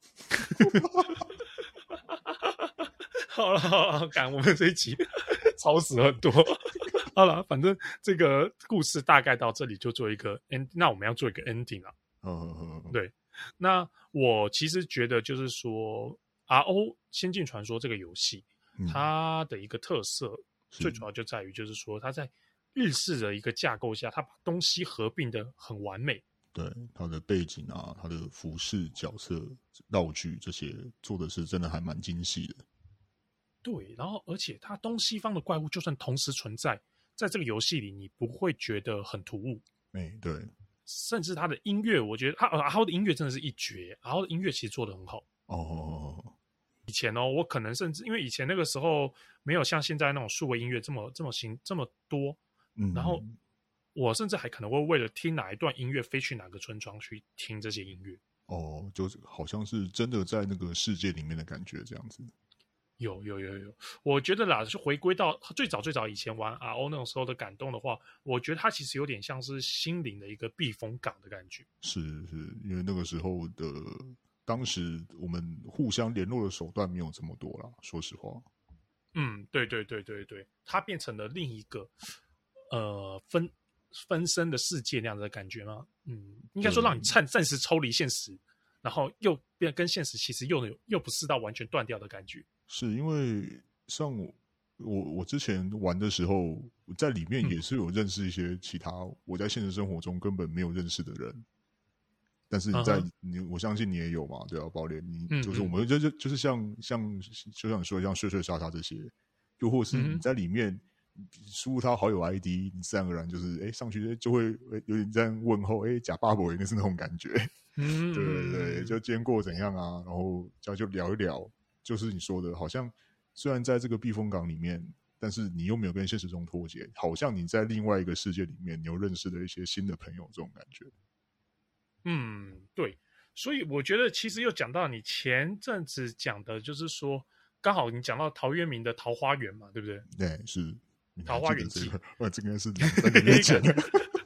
好了，好了，赶我们这一集超时很多。好了，反正这个故事大概到这里就做一个 end， 那我们要做一个 ending 了。 嗯， 对。那我其实觉得就是说 R O 仙境传说这个游戏、嗯、它的一个特色最主要就在于就是说它在日式的一个架构下，它把东西合并的很完美。 对，它的背景啊，它的服饰、角色、道具这些做的是真的还蛮精细的。 对，然后而且它东西方的怪物就算同时存在在这个游戏里，你不会觉得很突兀。 哎，对。 甚至他的音乐，我觉得他阿浩的音乐真的是一绝，阿浩的音乐其实做得很好。 哦， 以前哦，我可能甚至因为以前那个时候没有像现在那种数位音乐这么这么行这么多，嗯，然后我甚至还可能会为了听哪一段音乐飞去哪个村庄去听这些音乐。 哦，就是好像是真的在那个世界里面的感觉这样子。 有有有有，我觉得啦，是回归到最早最早以前玩 R O 那种时候的感动的话，我觉得它其实有点像是心灵的一个避风港的感觉。 是是，因为那个时候的当时我们互相联络的手段没有这么多啦，说实话。 嗯，对对对对对，它变成了另一个呃分分身的世界那样的感觉吗？嗯，应该说让你暂暂时抽离现实，然后又变跟现实其实又有又不是到完全断掉的感觉。 是因为像我我我之前玩的时候，在里面也是有认识一些其他我在现实生活中根本没有认识的人，但是你在、uh-huh. 你我相信你也有嘛，对啊，宝莲，你就是我们就就就是像像就像你说的像睡睡莎莎这些，又或是你在里面输入他好友 I D， 你自然而然就是哎上去就会有点这样问候，哎假爸爸那是那种感觉，嗯，对对对，就今天过怎样啊，然后就就聊一聊。就是你说的，好像虽然在这个避风港里面，但是你又没有跟现实中脱节，好像你在另外一个世界里面，你又认识了一些新的朋友，这种感觉。 嗯，对，所以我觉得其实又讲到你前阵子讲的，就是说刚好你讲到陶渊明的《桃花源》嘛，对不对？ 对，是《 桃花源记》。 呃，这个是两三个月前的。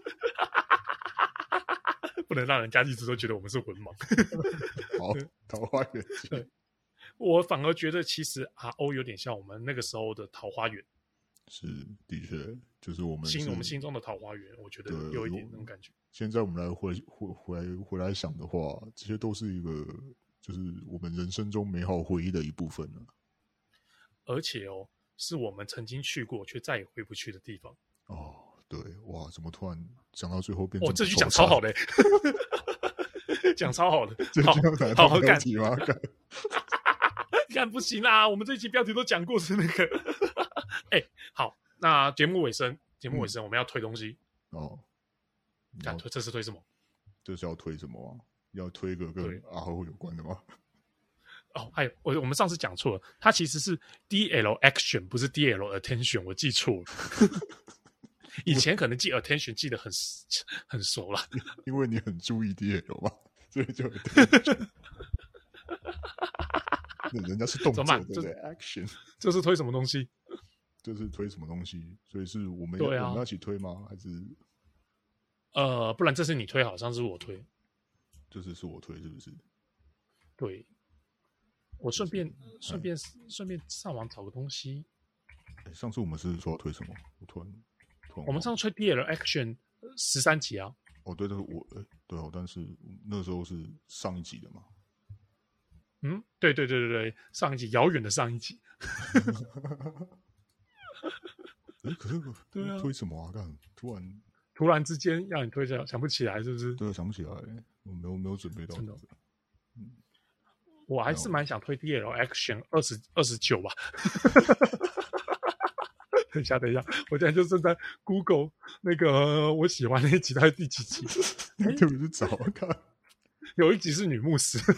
不能让人家一直都觉得我们是文盲。 好，《桃花源记》。 我反而觉得其实 R O 有点像我们那个时候的桃花源。 是，的确，就是我们心我们心中的桃花源，我觉得有一点那种感觉。 现在我们来回回回来回来想的话，这些都是一个就是我们人生中美好回忆的一部分了。 而且哦，是我们曾经去过却再也回不去的地方。 哦，对，哇，怎么突然讲到最后变成？ 哦，这句讲超好的、欸，讲超好的， 这句要好好干吗？ 干不行啦！我们这一集标题都讲过是那个，哎、欸，好，那节目尾声，节目尾声、嗯、我们要推东西哦。干推这是推什么？ 这是要推什么、啊？要推一个跟阿豪有关的吗？ 哦，还有我我们上次讲错了，它其实是 D L action， 不是 D L attention， 我记错了。以前可能记 attention 记得很很熟了， 因为你很注意 D L 嘛，所以就。人家是动作对不对 ？Action， 这是推什么东西？ 这是推什么东西？所以是我们要、啊、我们要一起推吗？还是呃，不然这是你推，好像是我推。 这是是我推，是不是？ 对，我顺便顺便顺便上网找个东西。 欸、上次我们是说要推什么？我突然突然我们上次推 D L Action 十三集啊。 哦，对对，我、欸、对哦，但是那时候是上一集的嘛。 嗯，对对对对对，上一集遥远的上一集。 哎、欸，可是对啊，推什么啊？干突然突然之间让你推想想不起来，是不是？ 对，想不起来，我没有没有准备到。 真的，嗯，我还是蛮想推 D L Action 二十二十九吧。等一下，等一下，我现在就正在 Google 那个我喜欢那一集，它是第几集？ 你特别去找看， 有一集是女牧师，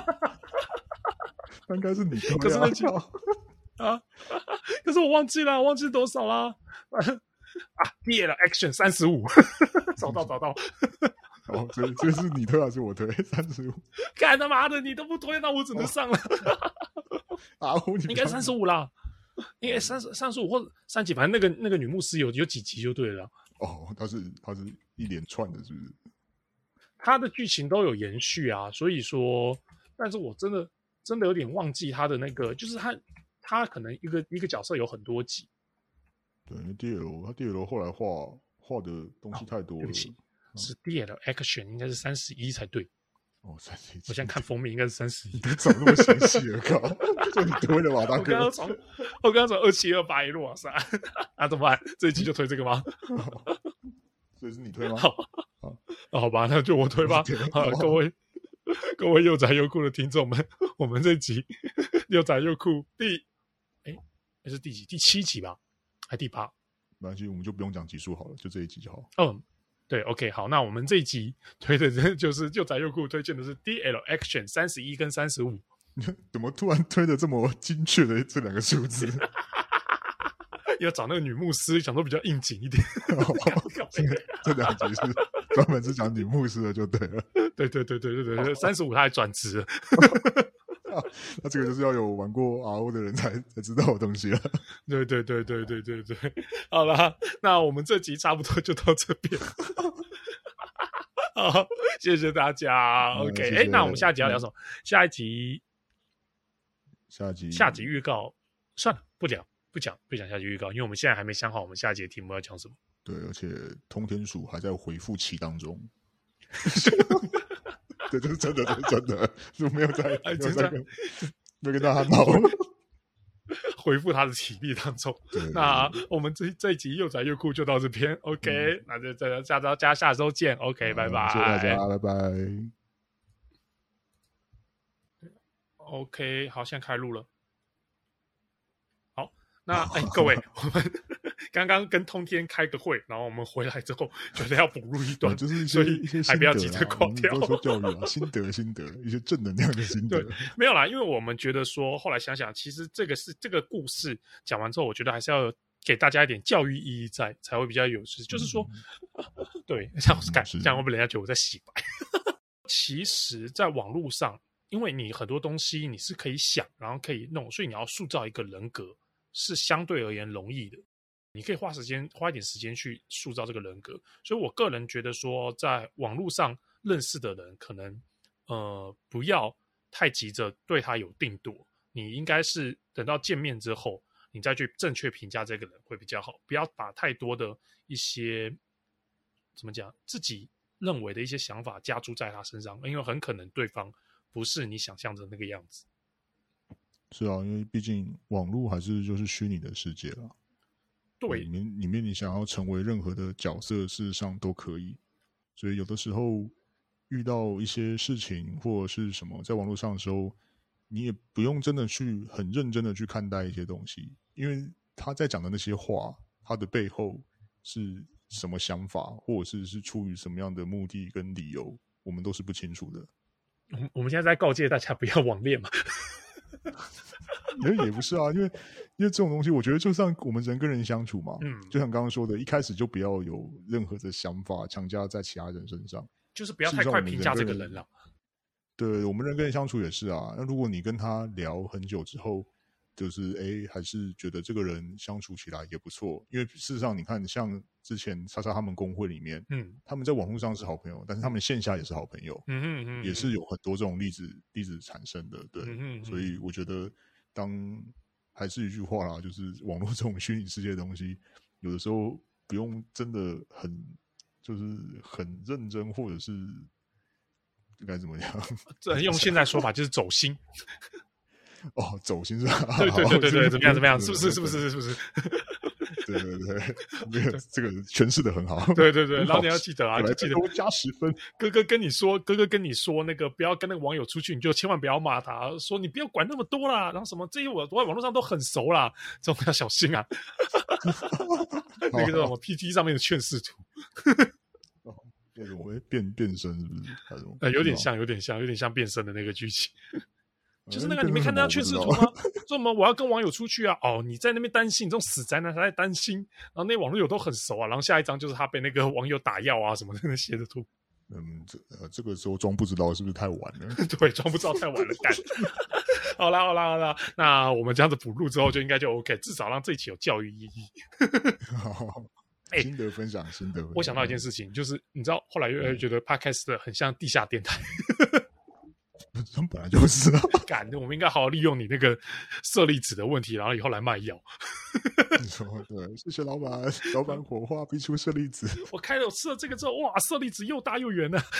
应该是你推啊， 可是那集啊，可是我忘记了，我忘记多少啦。啊 ，D L Action 三十五，找到找到。 哦，这这是你推还是我推？三十五， 干他妈的，你都不推，那我只能上了。 啊， 应该三十五啦。应该三十三十五或者三集，反正那个那个女牧师有有几集就对了。 哦，它是它是一连串的，是不是？ 它的剧情都有延续啊，所以说，但是我真的真的有点忘记他的那个，就是他他可能一个一个角色有很多集。 对，因为 D L 他 D L 后来画画的东西太多了，哦、对不起， 嗯、是 D L Action 应该是三十一才对。 哦，三十一， 我现在看封面应该是三十一。 你找那么详细了，靠！这你推的吧，大哥？ 我刚刚从我刚刚从二七二八一路往上，啊，怎么办？这一集就推这个吗？ 所以是你推吗？ 好，好，好吧，那就我推吧。好，各位各位又宅又酷的听众们，我们这集又宅又酷第哎，那是第几？第七集吧，还第八？ 没关系，我们就不用讲集数好了，就这一集就好。 嗯。对 ，OK， 好，那我们这一集推的就是又宅又酷推荐的是 D L Action 三十一跟三十五。 怎么突然推的这么精确的这两个数字？ 要找那个女牧师，想说比较应景一点。 哦、这两集是专门是讲女牧师的，就对了。 对对对对对对，三十五他还转职了。 那这个就是要有玩过 R O 的人才才知道的东西了。 对对对对对对对，好了，那我们这集差不多就到这边。好，谢谢大家。嗯、OK， 哎，那我们下集要聊什么？嗯、下一集， 下集下集预告算了，不讲不讲不讲下集预告，因为我们现在还没想好我们下集的题目要讲什么。 对，而且通天鼠还在回复期当中。对，这是真的，这是真的，是没有在，没有在跟，没有跟大家闹， 回复他的体力当中。那我们这这一集又宅又酷就到这边 ，OK，、嗯、那就再下周加下周见 ，OK，、嗯、拜拜， 谢谢大家，拜拜。 OK， 好，现在开录了。好，那哎，各位，我们刚刚跟通天开个会，然后我们回来之后觉得要补录一段， 就是、 所以还不要急着挂掉。 都说教育啊，心得心得，一些正能量的心得。 对，没有啦，因为我们觉得说，后来想想，其实这个是这个故事讲完之后，我觉得还是要给大家一点教育意义在，才会比较有趣。就是说，嗯、对，这样感这样会不会人家觉得我在洗白？其实，在网络上，因为你很多东西你是可以想，然后可以弄，所以你要塑造一个人格是相对而言容易的。你可以花时间花一点时间去塑造这个人格，所以我个人觉得说，在网络上认识的人，可能呃不要太急着对他有定夺，你应该是等到见面之后，你再去正确评价这个人会比较好，不要把太多的一些怎么讲自己认为的一些想法加注在他身上，因为很可能对方不是你想象的那个样子。 是啊，因为毕竟网络还是就是虚拟的世界啦。 对， 里面里面你想要成为任何的角色，事实上都可以。所以有的时候遇到一些事情或者是什么，在网络上的时候，你也不用真的去很认真的去看待一些东西，因为他在讲的那些话，他的背后是什么想法，或者是是出于什么样的目的跟理由，我们都是不清楚的。 我们现在在告诫大家不要网恋嘛。 也也不是啊，因为因为这种东西，我觉得就像我们人跟人相处嘛， 嗯， 就像刚刚说的，一开始就不要有任何的想法强加在其他人身上， 就是不要太快评价这个人了。 对，我们人跟人相处也是啊。那如果你跟他聊很久之后，就是哎，还是觉得这个人相处起来也不错，因为事实上你看，像之前莎莎他们工会里面，嗯，他们在网络上是好朋友，但是他们线下也是好朋友，嗯嗯嗯，也是有很多这种例子例子产生的，对，嗯嗯，所以我觉得当还是一句话啦，就是网络这种虚拟世界的东西，有的时候不用真的很就是很认真，或者是该怎么样？ 这用现在说法就是走心。 哦，走心是吧？ 对对对对对，怎么样怎么样？是不是是不是是不是？ 对对对对，没有这个诠释的很好。 对对对，然后你要记得啊，就记得多加十分。 哥哥跟你说，哥哥跟你说，那个不要跟那个网友出去，你就千万不要骂他，说你不要管那么多啦，然后什么这些我我在网络上都很熟啦，这种要小心啊。那个叫什么 P T 上面的劝世图。 那种会变变身是不是？还是呃，有点像，有点像，有点像变身的那个剧情。就是那个，你没看到劝世图吗？说什么我要跟网友出去啊？哦，你在那边担心，这种死宅男还在担心。然后那网友都很熟啊。然后下一张就是他被那个网友打药啊什么的那些的图。 嗯，这呃这个时候装不知道是不是太晚了？ 对，装不知道太晚了，干。好啦好啦好啦，那我们这样子补录之后就应该就 OK， 至少让这一期有教育意义。 好。欸、心得分享，心得分享。 我想到一件事情，就是你知道，后来越来越觉得 Podcast 很像地下电台。 他本来就是啊。 干，我们应该好好利用你那个舍利子的问题，然后以后来卖药。 你说对，谢谢老板，老板火化逼出舍利子。 我开了，我吃了这个之后，哇，舍利子又大又圆了。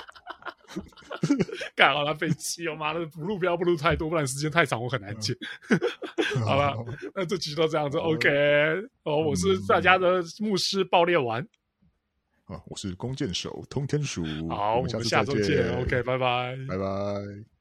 干好了，被气哦！妈的，不录不要不录太多，不然时间太长我很难剪。好了，那这集就这样子 ，OK。哦，我是大家的牧师爆裂丸。 啊，我是弓箭手通天鼠。 好，我们下周见 ，OK， 拜拜， 拜拜。